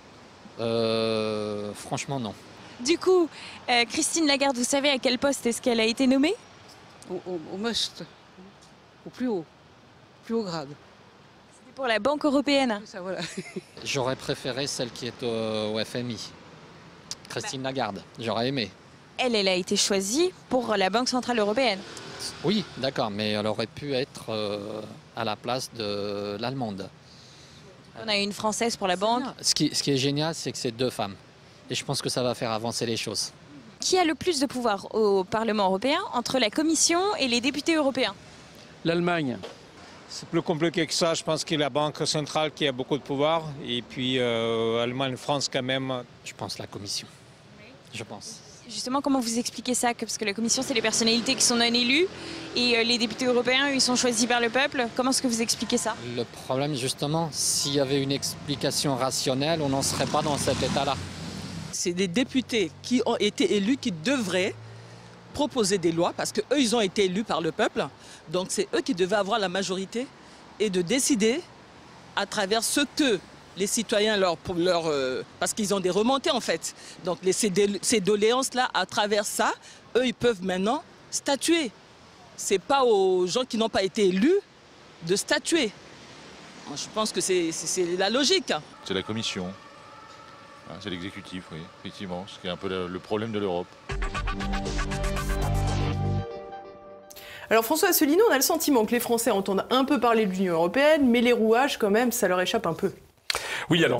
[SPEAKER 9] Franchement, non.
[SPEAKER 4] Du coup, Christine Lagarde, vous savez à quel poste est-ce qu'elle a été nommée?
[SPEAKER 5] Au must. au plus haut grade.
[SPEAKER 4] C'était pour la Banque européenne.
[SPEAKER 5] Ça, voilà.
[SPEAKER 9] J'aurais préféré celle qui est au FMI, Christine Lagarde. J'aurais aimé.
[SPEAKER 4] Elle a été choisie pour la Banque centrale européenne.
[SPEAKER 9] Oui, d'accord, mais elle aurait pu être à la place de l'allemande.
[SPEAKER 4] On a une Française pour la Banque.
[SPEAKER 9] Ce qui est génial, c'est que c'est 2 femmes. Et je pense que ça va faire avancer les choses.
[SPEAKER 4] Qui a le plus de pouvoir au Parlement européen entre la Commission et les députés européens?
[SPEAKER 6] L'Allemagne. C'est plus compliqué que ça. Je pense que la Banque centrale qui a beaucoup de pouvoir. Et puis Allemagne, France quand même.
[SPEAKER 9] Je pense la Commission. Je pense.
[SPEAKER 4] Justement, comment vous expliquez ça? Parce que la Commission, c'est les personnalités qui sont non élues et les députés européens, ils sont choisis par le peuple. Comment est-ce que vous expliquez ça?
[SPEAKER 9] Le problème, justement, s'il y avait une explication rationnelle, on n'en serait pas dans cet état-là.
[SPEAKER 8] C'est des députés qui ont été élus qui devraient proposer des lois parce qu'eux, ils ont été élus par le peuple. Donc c'est eux qui devaient avoir la majorité et de décider à travers ce que les citoyens parce qu'ils ont des remontées en fait. Donc ces doléances-là, à travers ça, eux, ils peuvent maintenant statuer. C'est pas aux gens qui n'ont pas été élus de statuer. Moi, je pense que c'est la logique.
[SPEAKER 7] C'est la Commission. Ah, c'est l'exécutif, oui, effectivement, ce qui est un peu le problème de l'Europe.
[SPEAKER 1] Alors François Asselineau, on a le sentiment que les Français entendent un peu parler de l'Union européenne, mais les rouages, quand même, ça leur échappe un peu.
[SPEAKER 2] Oui, alors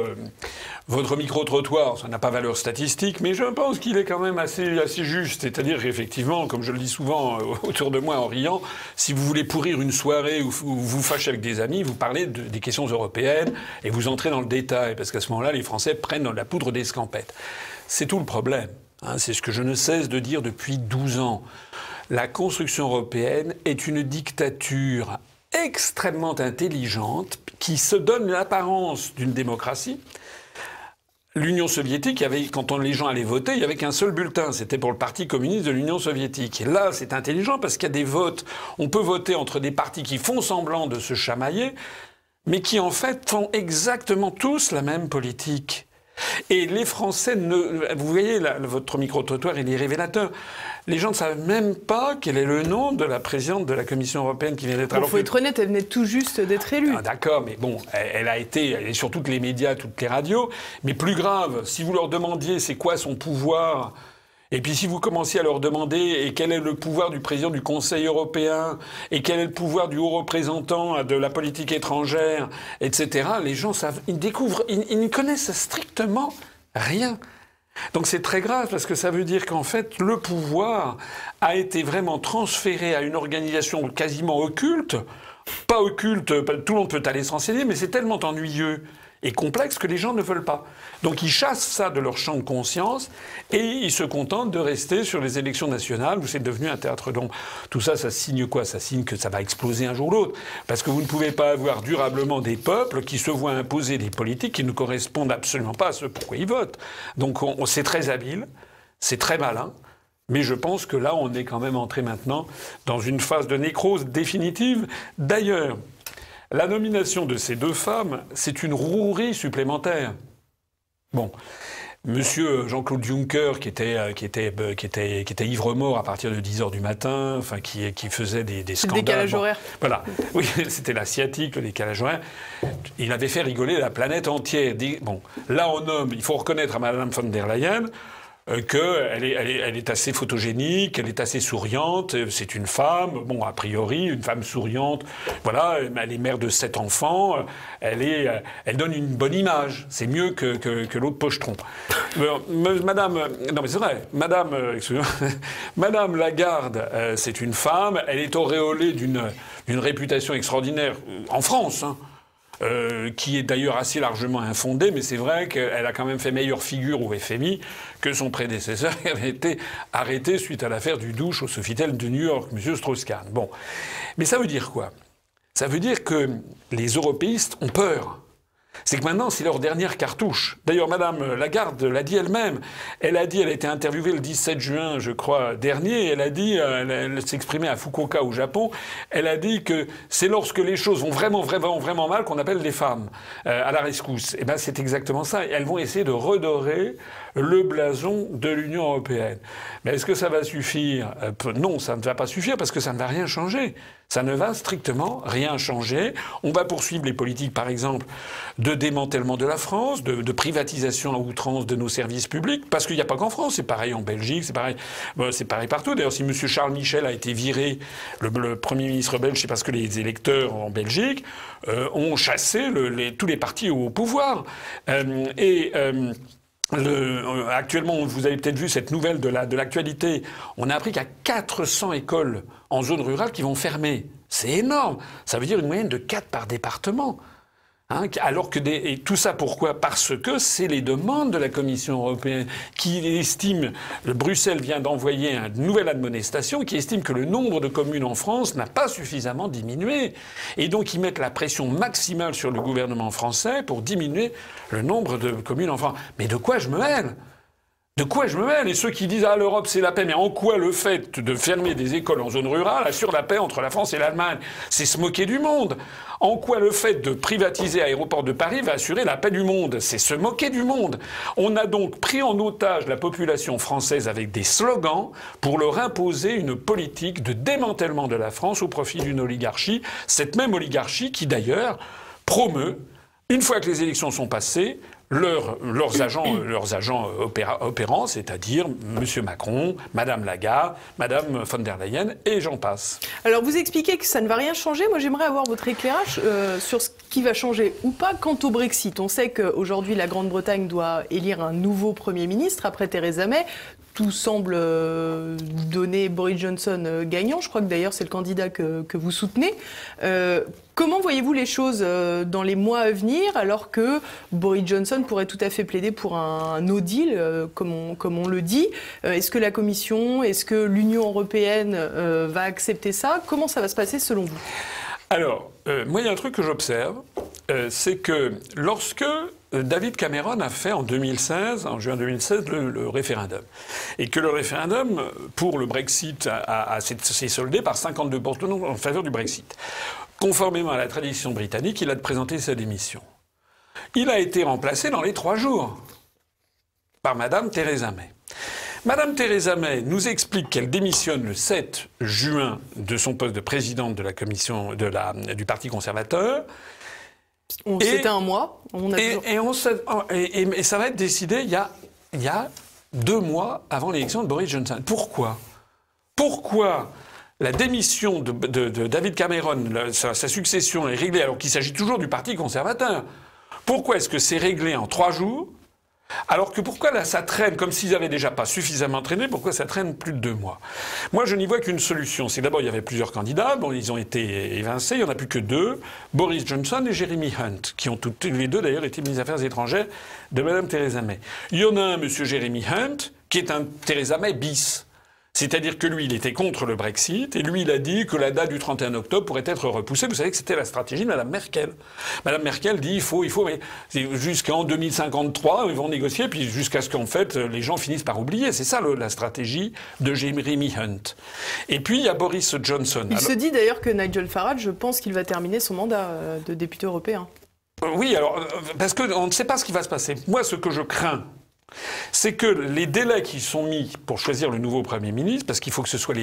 [SPEAKER 2] votre micro-trottoir, ça n'a pas valeur statistique, mais je pense qu'il est quand même assez juste. C'est-à-dire qu'effectivement, comme je le dis souvent autour de moi en riant, si vous voulez pourrir une soirée ou vous fâchez avec des amis, vous parlez des questions européennes et vous entrez dans le détail, parce qu'à ce moment-là, les Français prennent la poudre d'escampette. C'est tout le problème. Hein, c'est ce que je ne cesse de dire depuis 12 ans. La construction européenne est une dictature extrêmement intelligente qui se donne l'apparence d'une démocratie. L'Union soviétique, quand les gens allaient voter, il n'y avait qu'un seul bulletin. C'était pour le Parti communiste de l'Union soviétique. Et là, c'est intelligent parce qu'il y a des votes. On peut voter entre des partis qui font semblant de se chamailler, mais qui en fait font exactement tous la même politique. Et les Français vous voyez, votre micro-trottoir, il est révélateur. Les gens ne savent même pas quel est le nom de la présidente de la Commission européenne qui vient d'être...
[SPEAKER 1] Il faut être honnête, elle venait tout juste d'être élue.
[SPEAKER 2] Ah, d'accord, mais bon, elle est sur tous les médias, toutes les radios. Mais plus grave, si vous leur demandiez c'est quoi son pouvoir... Et puis si vous commenciez à leur demander et quel est le pouvoir du président du Conseil européen et quel est le pouvoir du haut représentant de la politique étrangère, etc., les gens savent, ils ne connaissent strictement rien. Donc c'est très grave parce que ça veut dire qu'en fait le pouvoir a été vraiment transféré à une organisation quasiment occulte, pas occulte, tout le monde peut aller se renseigner, mais c'est tellement ennuyeux et complexe que les gens ne veulent pas. Donc ils chassent ça de leur champ de conscience et ils se contentent de rester sur les élections nationales où c'est devenu un théâtre d'ombre. Tout ça, ça signe quoi? Ça signe que ça va exploser un jour ou l'autre. Parce que vous ne pouvez pas avoir durablement des peuples qui se voient imposer des politiques qui ne correspondent absolument pas à ce pourquoi ils votent. Donc c'est très habile, c'est très malin. Mais je pense que là, on est quand même entré maintenant dans une phase de nécrose définitive. D'ailleurs, la nomination de ces 2 femmes, c'est une rouerie supplémentaire. Bon, Monsieur Jean-Claude Juncker, qui était ivre-mort à partir de 10h du matin, enfin qui faisait des scandales.
[SPEAKER 1] Le décalage horaire.
[SPEAKER 2] Voilà, oui, c'était l'asiatique, le décalage horaire. Il avait fait rigoler la planète entière. Bon, là on nomme, il faut reconnaître à Madame von der Leyen qu'elle est assez photogénique, elle est assez souriante, c'est une femme, bon, a priori, une femme souriante, voilà, elle est mère de 7 enfants, elle donne une bonne image, c'est mieux que l'autre pochetron. Madame, non mais c'est vrai, Madame Lagarde, c'est une femme, elle est auréolée d'une réputation extraordinaire en France, hein. Qui est d'ailleurs assez largement infondée, mais c'est vrai qu'elle a quand même fait meilleure figure au FMI que son prédécesseur qui avait été arrêté suite à l'affaire du douche au Sofitel de New York, M. Strauss-Kahn. Bon. Mais ça veut dire quoi? Ça veut dire que les européistes ont peur. C'est que maintenant, c'est leur dernière cartouche. D'ailleurs, Madame Lagarde l'a dit elle-même. Elle a été interviewée le 17 juin, je crois, dernier. Elle a dit, elle s'exprimait à Fukuoka au Japon. Elle a dit que c'est lorsque les choses vont vraiment mal qu'on appelle les femmes à la rescousse. Et ben, c'est exactement ça. Elles vont essayer de redorer le blason de l'Union européenne. Mais est-ce que ça va suffire ? Non, ça ne va pas suffire parce que ça ne va rien changer. Ça ne va strictement rien changer. On va poursuivre les politiques, par exemple, de démantèlement de la France, de privatisation à outrance de nos services publics, parce qu'il n'y a pas qu'en France, c'est pareil en Belgique, c'est pareil partout. D'ailleurs, si M. Charles Michel a été viré, le Premier ministre belge, c'est parce que les électeurs en Belgique ont chassé tous les partis au pouvoir. Actuellement, vous avez peut-être vu cette nouvelle de l'actualité. On a appris qu'il y a 400 écoles en zone rurale qui vont fermer. C'est énorme. Ça veut dire une moyenne de 4 par département. Alors que et tout ça pourquoi ? Parce que c'est les demandes de la Commission européenne qui estime, Bruxelles vient d'envoyer une nouvelle admonestation qui estime que le nombre de communes en France n'a pas suffisamment diminué. Et donc ils mettent la pression maximale sur le gouvernement français pour diminuer le nombre de communes en France. Mais de quoi je me mêle ? De quoi je me mêle ? Et ceux qui disent « Ah, l'Europe, c'est la paix », mais en quoi le fait de fermer des écoles en zone rurale assure la paix entre la France et l'Allemagne ? C'est se moquer du monde. En quoi le fait de privatiser Aéroport de Paris va assurer la paix du monde ? C'est se moquer du monde. On a donc pris en otage la population française avec des slogans pour leur imposer une politique de démantèlement de la France au profit d'une oligarchie. Cette même oligarchie qui, d'ailleurs, promeut, une fois que les élections sont passées, leurs agents opérants, c'est-à-dire M. Macron, Mme Lagarde, Mme von der Leyen, et j'en passe.
[SPEAKER 1] Alors vous expliquez que ça ne va rien changer. Moi j'aimerais avoir votre éclairage sur ce qui va changer ou pas quant au Brexit. On sait qu'aujourd'hui la Grande-Bretagne doit élire un nouveau Premier ministre après Theresa May. Tout semble donner Boris Johnson gagnant. Je crois que d'ailleurs c'est le candidat que vous soutenez. Comment voyez-vous les choses dans les mois à venir alors que Boris Johnson pourrait tout à fait plaider pour un no deal, comme on le dit ? Est-ce que la Commission, est-ce que l'Union européenne va accepter ça ? Comment ça va se passer selon vous ?
[SPEAKER 2] Alors, moi il y a un truc que j'observe, c'est que lorsque David Cameron a fait en juin 2016, le référendum. Et que le référendum pour le Brexit s'est soldé par 52% en faveur du Brexit. Conformément à la tradition britannique, il a présenté sa démission. Il a été remplacé dans les 3 jours par Madame Theresa May. Madame Theresa May nous explique qu'elle démissionne le 7 juin de son poste de présidente de la commission du Parti conservateur.
[SPEAKER 1] C'était un mois.
[SPEAKER 2] Et ça va être décidé il y a 2 mois avant l'élection de Boris Johnson. Pourquoi la démission de David Cameron, sa succession est réglée alors qu'il s'agit toujours du Parti conservateur ? Pourquoi est-ce que c'est réglé en 3 jours ? Alors que pourquoi là ça traîne comme s'ils n'avaient déjà pas suffisamment traîné, pourquoi ça traîne plus de 2 mois ? Moi je n'y vois qu'une solution. C'est d'abord il y avait plusieurs candidats, bon ils ont été évincés, il n'y en a plus que 2, Boris Johnson et Jeremy Hunt, qui ont tous les deux d'ailleurs été ministres des Affaires étrangères de Mme Theresa May. Il y en a un, M. Jeremy Hunt, qui est un Theresa May bis. C'est-à-dire que lui, il était contre le Brexit, et lui, il a dit que la date du 31 octobre pourrait être repoussée. Vous savez que c'était la stratégie de Mme Merkel. Mme Merkel dit il faut, mais jusqu'en 2053, ils vont négocier, puis jusqu'à ce qu'en fait, les gens finissent par oublier. C'est ça la stratégie de Jeremy Hunt. Et puis, il y a Boris Johnson.
[SPEAKER 1] Il se dit d'ailleurs que Nigel Farage, je pense qu'il va terminer son mandat de député européen.
[SPEAKER 2] Oui, alors, parce qu'on ne sait pas ce qui va se passer. Moi, ce que je crains, c'est que les délais qui sont mis pour choisir le nouveau Premier ministre, parce qu'il faut que ce soit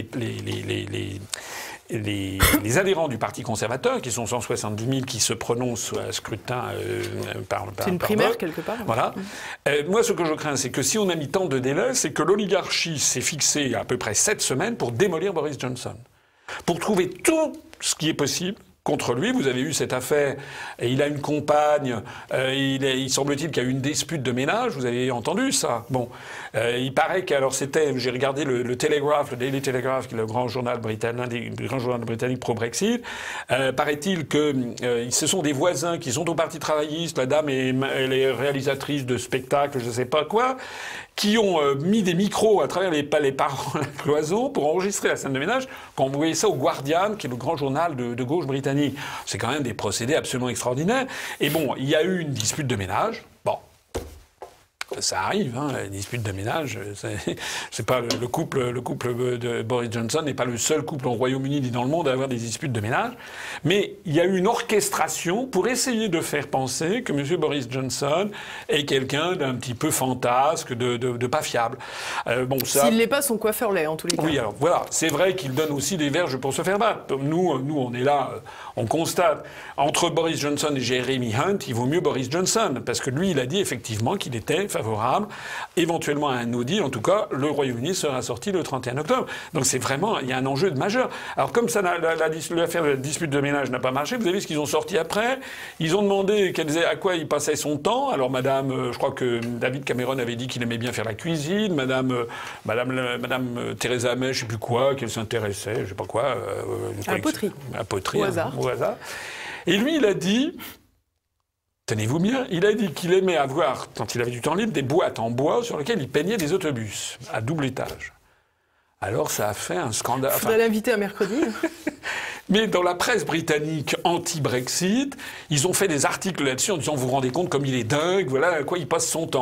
[SPEAKER 2] les adhérents du Parti conservateur, qui sont 170 000, qui se prononcent à scrutin par
[SPEAKER 1] c'est une primaire
[SPEAKER 2] vote.
[SPEAKER 1] Quelque part.
[SPEAKER 2] Voilà. Moi, ce que je crains, c'est que si on a mis tant de délais, c'est que l'oligarchie s'est fixée à peu près 7 semaines pour démolir Boris Johnson. Pour trouver tout ce qui est possible contre lui. Vous avez eu cette affaire, et il a une compagne, il semble-t-il qu'il y a eu une dispute de ménage, vous avez entendu ça. Bon, il paraît qu'alors j'ai regardé le Telegraph, le Daily Telegraph, qui est le grand journal britannique pro-Brexit, paraît-il que ce sont des voisins qui sont au Parti travailliste, la dame elle est réalisatrice de spectacles, je ne sais pas quoi, qui ont mis des micros à travers les cloisons pour enregistrer la scène de ménage, quand vous voyez ça au Guardian, qui est le grand journal de gauche britannique. C'est quand même des procédés absolument extraordinaires. Et bon, il y a eu une dispute de ménage. Bon. Ça arrive, hein, la dispute de ménage. C'est pas le couple de Boris Johnson n'est pas le seul couple au Royaume-Uni ni dans le monde à avoir des disputes de ménage. Mais il y a eu une orchestration pour essayer de faire penser que M. Boris Johnson est quelqu'un d'un petit peu fantasque, de pas fiable. Bon, ça.
[SPEAKER 1] S'il l'est pas, son coiffeur l'est en tous les cas.
[SPEAKER 2] Oui, alors voilà, c'est vrai qu'il donne aussi des verges pour se faire battre. Nous, on est là, on constate. Entre Boris Johnson et Jeremy Hunt, il vaut mieux Boris Johnson parce que lui, il a dit effectivement qu'il était favorable, éventuellement à un no deal. En tout cas, le Royaume-Uni sera sorti le 31 octobre. Donc c'est vraiment, il y a un enjeu majeur. Alors comme ça, l'affaire de la dispute de ménage n'a pas marché, vous avez vu ce qu'ils ont sorti après. Ils ont demandé à quoi il passait son temps. Alors je crois que David Cameron avait dit qu'il aimait bien faire la cuisine. Madame Theresa May, je sais plus quoi, qu'elle s'intéressait, je sais pas quoi.
[SPEAKER 1] À la poterie.
[SPEAKER 2] À la poterie.
[SPEAKER 1] Au hasard.
[SPEAKER 2] Et lui, il a dit... Tenez-vous bien, il a dit qu'il aimait avoir, quand il avait du temps libre, des boîtes en bois sur lesquelles il peignait des autobus à double étage. Alors ça a fait un scandale.
[SPEAKER 1] Il faudrait l'inviter un mercredi.
[SPEAKER 2] Mais dans la presse britannique anti-Brexit, ils ont fait des articles là-dessus en disant « Vous vous rendez compte comme il est dingue, voilà à quoi il passe son temps ».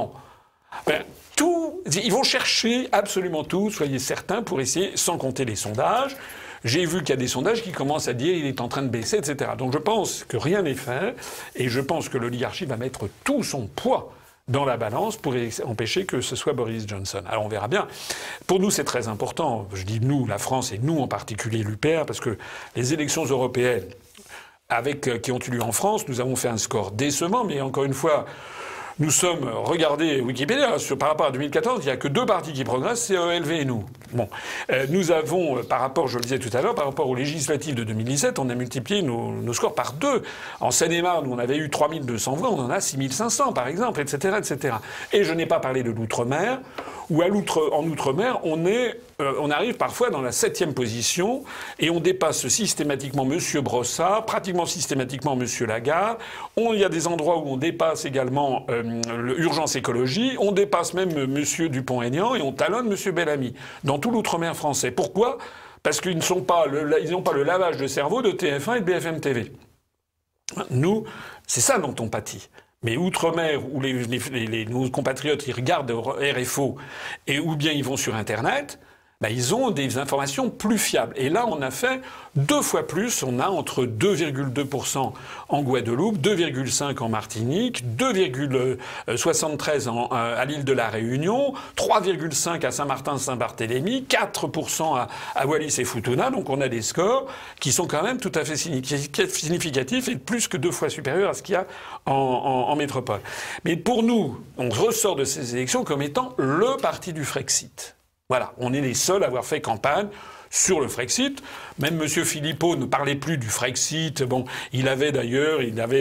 [SPEAKER 2] Ils vont chercher absolument tout, soyez certains, pour essayer, sans compter les sondages. J'ai vu qu'il y a des sondages qui commencent à dire qu'il est en train de baisser, etc. Donc je pense que rien n'est fait, et je pense que l'oligarchie va mettre tout son poids dans la balance pour empêcher que ce soit Boris Johnson. Alors on verra bien. Pour nous, c'est très important. Je dis nous, la France, et nous en particulier l'UPR, parce que les élections européennes qui ont eu lieu en France, nous avons fait un score décevant, mais encore une fois... Nous sommes, regardez Wikipédia, par rapport à 2014, il n'y a que 2 partis qui progressent, c'est ELV et nous. Bon. Nous avons, par rapport, je le disais tout à l'heure, par rapport aux législatives de 2017, on a multiplié nos scores par 2. En Seine-et-Marne, on avait eu 3200 voix, on en a 6500 par exemple, etc., etc. Et je n'ai pas parlé de l'outre-mer, où en outre-mer, on arrive parfois dans la 7e position et on dépasse systématiquement M. Brossard, pratiquement systématiquement M. Lagarde. Il y a des endroits où on dépasse également l'urgence écologie, on dépasse même M. Dupont-Aignan et on talonne M. Bellamy dans tout l'outre-mer français. Pourquoi ? Parce qu'ils n'ont pas le lavage de cerveau de TF1 et de BFM TV. Nous, c'est ça dont on pâtit. Mais outre-mer, où nos compatriotes ils regardent RFO ou bien ils vont sur Internet, ils ont des informations plus fiables. Et là, on a fait 2 fois plus. On a entre 2,2% en Guadeloupe, 2,5% en Martinique, 2,73% à l'île de la Réunion, 3,5% à Saint-Martin-Saint-Barthélemy, 4% à Wallis et Futuna. Donc on a des scores qui sont quand même tout à fait significatifs et plus que 2 fois supérieurs à ce qu'il y a en métropole. Mais pour nous, on ressort de ces élections comme étant le parti du Frexit. Voilà, on est les seuls à avoir fait campagne sur le Frexit. Même M. Philippot ne parlait plus du Frexit. Bon, il avait d'ailleurs...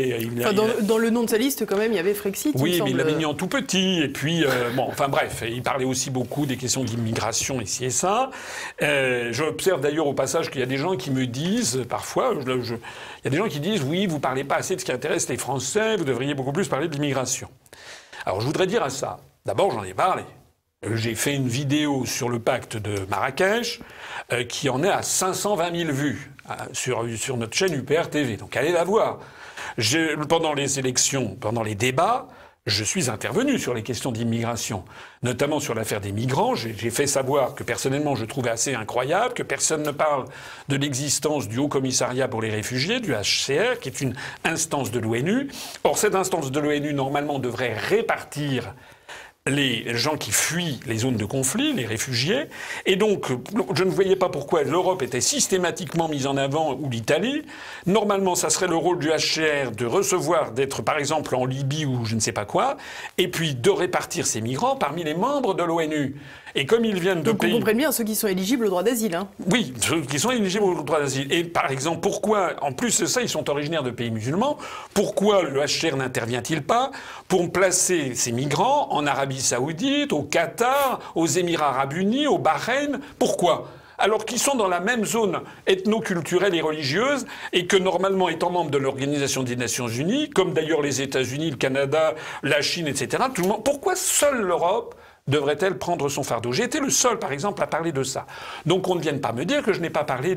[SPEAKER 1] Dans le nom de sa liste, quand même, il y avait Frexit,
[SPEAKER 2] oui, mais il l'avait mis en tout petit. Et puis, bref, il parlait aussi beaucoup des questions d'immigration, ici et ça. J'observe d'ailleurs au passage qu'il y a des gens qui me disent, parfois, il y a des gens qui disent « Oui, vous parlez pas assez de ce qui intéresse les Français, vous devriez beaucoup plus parler de l'immigration. » Alors, je voudrais dire à ça, d'abord, j'en ai parlé. J'ai fait une vidéo sur le pacte de Marrakech qui en est à 520 000 vues sur notre chaîne UPR TV. Donc allez la voir. Pendant les élections, pendant les débats, je suis intervenu sur les questions d'immigration, notamment sur l'affaire des migrants. J'ai fait savoir que personnellement je trouvais assez incroyable que personne ne parle de l'existence du Haut Commissariat pour les réfugiés, du HCR, qui est une instance de l'ONU. Or cette instance de l'ONU normalement devrait répartir les gens qui fuient les zones de conflit, les réfugiés. Et donc, je ne voyais pas pourquoi l'Europe était systématiquement mise en avant, ou l'Italie. Normalement, ça serait le rôle du HCR de recevoir, d'être par exemple en Libye ou je ne sais pas quoi, et puis de répartir ces migrants parmi les membres de l'ONU. Et comme ils viennent de pays...
[SPEAKER 1] Donc on comprend bien ceux qui sont éligibles au droit d'asile. Hein.
[SPEAKER 2] Oui, ceux qui sont éligibles au droit d'asile. Et par exemple, pourquoi, en plus de ça, ils sont originaires de pays musulmans, pourquoi le HCR n'intervient-il pas pour placer ces migrants en Arabie Saoudite, au Qatar, aux Émirats Arabes Unis, au Bahreïn? Pourquoi ? Alors qu'ils sont dans la même zone ethno-culturelle et religieuse, et que normalement, étant membres de l'Organisation des Nations Unies, comme d'ailleurs les États-Unis, le Canada, la Chine, etc., tout le monde, pourquoi seule l'Europe devrait-elle prendre son fardeau? J'ai été le seul, par exemple, à parler de ça. Donc on ne vienne pas me dire que je n'ai pas parlé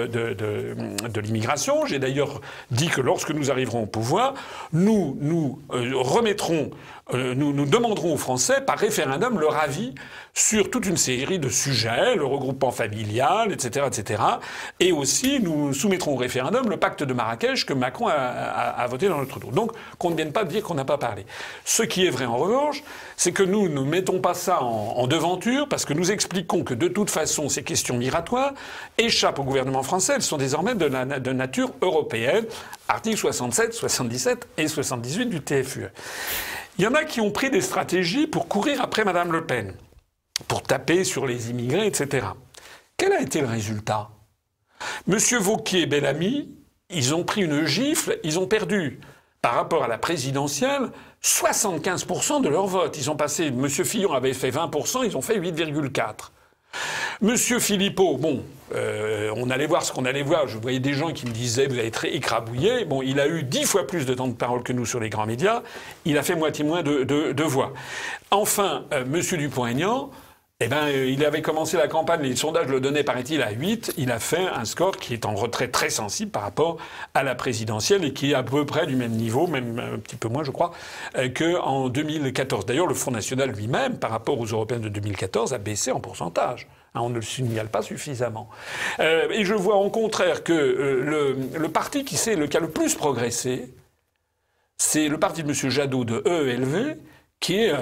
[SPEAKER 2] de l'immigration. J'ai d'ailleurs dit que lorsque nous arriverons au pouvoir, nous remettrons, nous demanderons aux Français par référendum leur avis sur toute une série de sujets, le regroupement familial, etc., etc. Et aussi, nous soumettrons au référendum le pacte de Marrakech que Macron a voté dans notre tour. Donc, qu'on ne vienne pas dire qu'on n'a pas parlé. Ce qui est vrai, en revanche, c'est que nous ne mettons pas ça en devanture parce que nous expliquons que, de toute façon, ces questions migratoires échappent au gouvernement français. Elles sont désormais de nature européenne. Articles 67, 77 et 78 du TFUE. Il y en a qui ont pris des stratégies pour courir après Madame Le Pen, pour taper sur les immigrés, etc. Quel a été le résultat? Monsieur Wauquiez et Bellamy, ils ont pris une gifle, ils ont perdu, par rapport à la présidentielle, 75% de leur vote. Ils ont passé, Monsieur Fillon avait fait 20%, ils ont fait 8,4%. Monsieur Philippot, bon, on allait voir ce qu'on allait voir. Je voyais des gens qui me disaient, vous allez être écrabouillé. Bon, il a eu 10 fois plus de temps de parole que nous sur les grands médias. Il a fait moitié moins de voix. Enfin, Monsieur Dupont-Aignan, eh ben, il avait commencé la campagne, les sondages le donnaient, paraît-il, à 8. Il a fait un score qui est en retrait très sensible par rapport à la présidentielle et qui est à peu près du même niveau, même un petit peu moins, je crois, qu'en 2014. D'ailleurs, le Front National lui-même, par rapport aux Européennes de 2014, a baissé en pourcentage. On ne le signale pas suffisamment. Et je vois au contraire que le parti qui a le plus progressé, c'est le parti de M. Jadot de EELV, qui est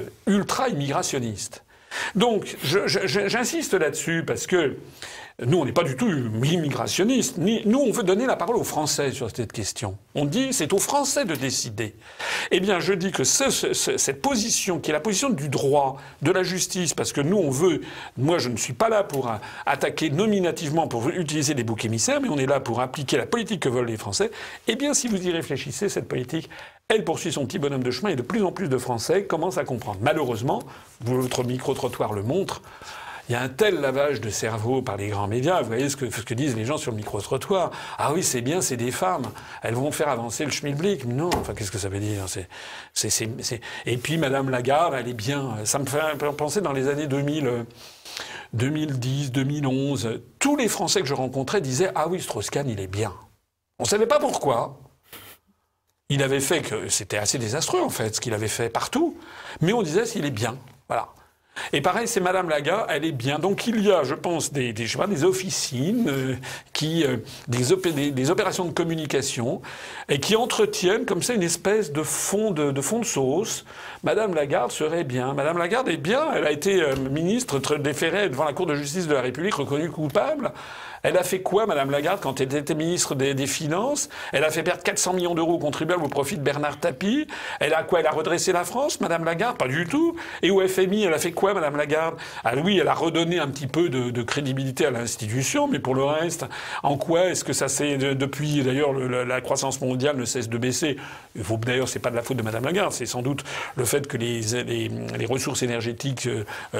[SPEAKER 2] ultra-immigrationniste. Donc, j'insiste là-dessus parce que nous, on n'est pas du tout immigrationnistes. Nous, on veut donner la parole aux Français sur cette question. On dit c'est aux Français de décider. Eh bien, je dis que cette position, qui est la position du droit, de la justice, parce que nous, on veut... Moi, je ne suis pas là pour attaquer nominativement, pour utiliser des boucs émissaires, mais on est là pour appliquer la politique que veulent les Français. Eh bien, si vous y réfléchissez, cette politique, elle poursuit son petit bonhomme de chemin et de plus en plus de Français commencent à comprendre. Malheureusement, votre micro-trottoir le montre, il y a un tel lavage de cerveau par les grands médias. Vous voyez ce que disent les gens sur le micro-trottoir. Ah oui, c'est bien, c'est des femmes. Elles vont faire avancer le schmilblick. Non, enfin, qu'est-ce que ça veut dire? Et puis, Madame Lagarde, elle est bien. Ça me fait penser dans les années 2010, 2011. Tous les Français que je rencontrais disaient « Ah oui, Strauss-Kahn, il est bien ». On ne savait pas pourquoi. Il avait fait que... C'était assez désastreux, en fait, ce qu'il avait fait partout. Mais on disait « S'il est bien ». Voilà. Et pareil, c'est Madame Lagarde, elle est bien. Donc il y a, je pense, des officines, des opérations de communication, et qui entretiennent comme ça une espèce de fond de sauce. Madame Lagarde serait bien. Madame Lagarde est bien. Elle a été ministre déférée devant la Cour de justice de la République, reconnue coupable. Elle a fait quoi, Madame Lagarde, quand elle était ministre des Finances? Elle a fait perdre 400 millions d'euros aux contribuables au profit de Bernard Tapie. Elle a quoi? Elle a redressé la France, Madame Lagarde? Pas du tout. Et au FMI, elle a fait quoi, Madame Lagarde? Ah oui, elle a redonné un petit peu de crédibilité à l'institution, mais pour le reste, en quoi est-ce que ça s'est... Depuis, d'ailleurs, la croissance mondiale ne cesse de baisser. D'ailleurs, c'est pas de la faute de Madame Lagarde, c'est sans doute le fait que les ressources énergétiques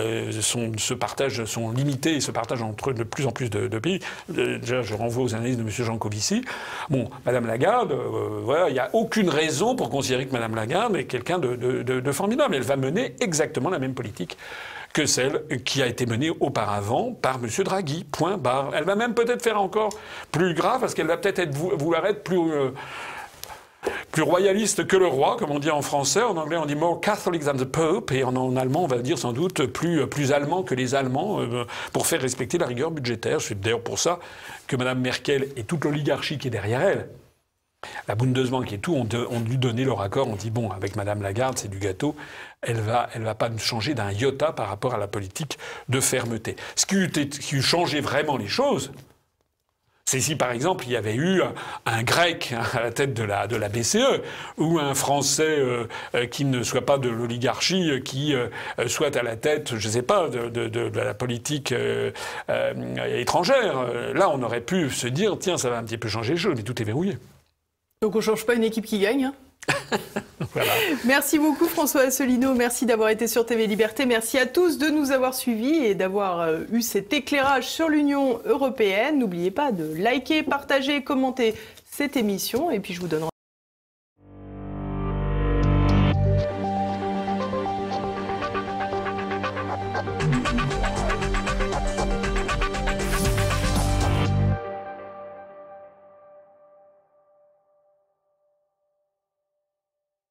[SPEAKER 2] sont limitées et se partagent entre de plus en plus de pays. Déjà, je renvoie aux analyses de M. Jancovici. Bon, Madame Lagarde, voilà, il n'y a aucune raison pour considérer que Madame Lagarde est quelqu'un de formidable. Elle va mener exactement la même politique que celle qui a été menée auparavant par M. Draghi. Point barre. Elle va même peut-être faire encore plus grave parce qu'elle va peut-être vouloir être plus royaliste que le roi, comme on dit en français. En anglais, on dit more Catholic than the Pope. Et en allemand, on va dire sans doute plus allemand que les Allemands pour faire respecter la rigueur budgétaire. C'est d'ailleurs pour ça que Mme Merkel et toute l'oligarchie qui est derrière elle, la Bundesbank et tout, ont dû donner leur accord. On dit, bon, avec Mme Lagarde, c'est du gâteau. Elle va pas changer d'un iota par rapport à la politique de fermeté. Ce qui eût changé vraiment les choses, c'est si, par exemple, il y avait eu un Grec à la tête de la BCE ou un Français qui ne soit pas de l'oligarchie, qui soit à la tête, je ne sais pas, de la politique étrangère. Là, on aurait pu se dire, tiens, ça va un petit peu changer les choses, mais tout est verrouillé.
[SPEAKER 1] Donc on ne change pas une équipe qui gagne, hein.
[SPEAKER 2] Voilà.
[SPEAKER 1] Merci beaucoup François Asselineau, merci d'avoir été sur TV Liberté, merci à tous de nous avoir suivis et d'avoir eu cet éclairage sur l'Union européenne. N'oubliez pas de liker, partager, commenter cette émission et puis je vous donne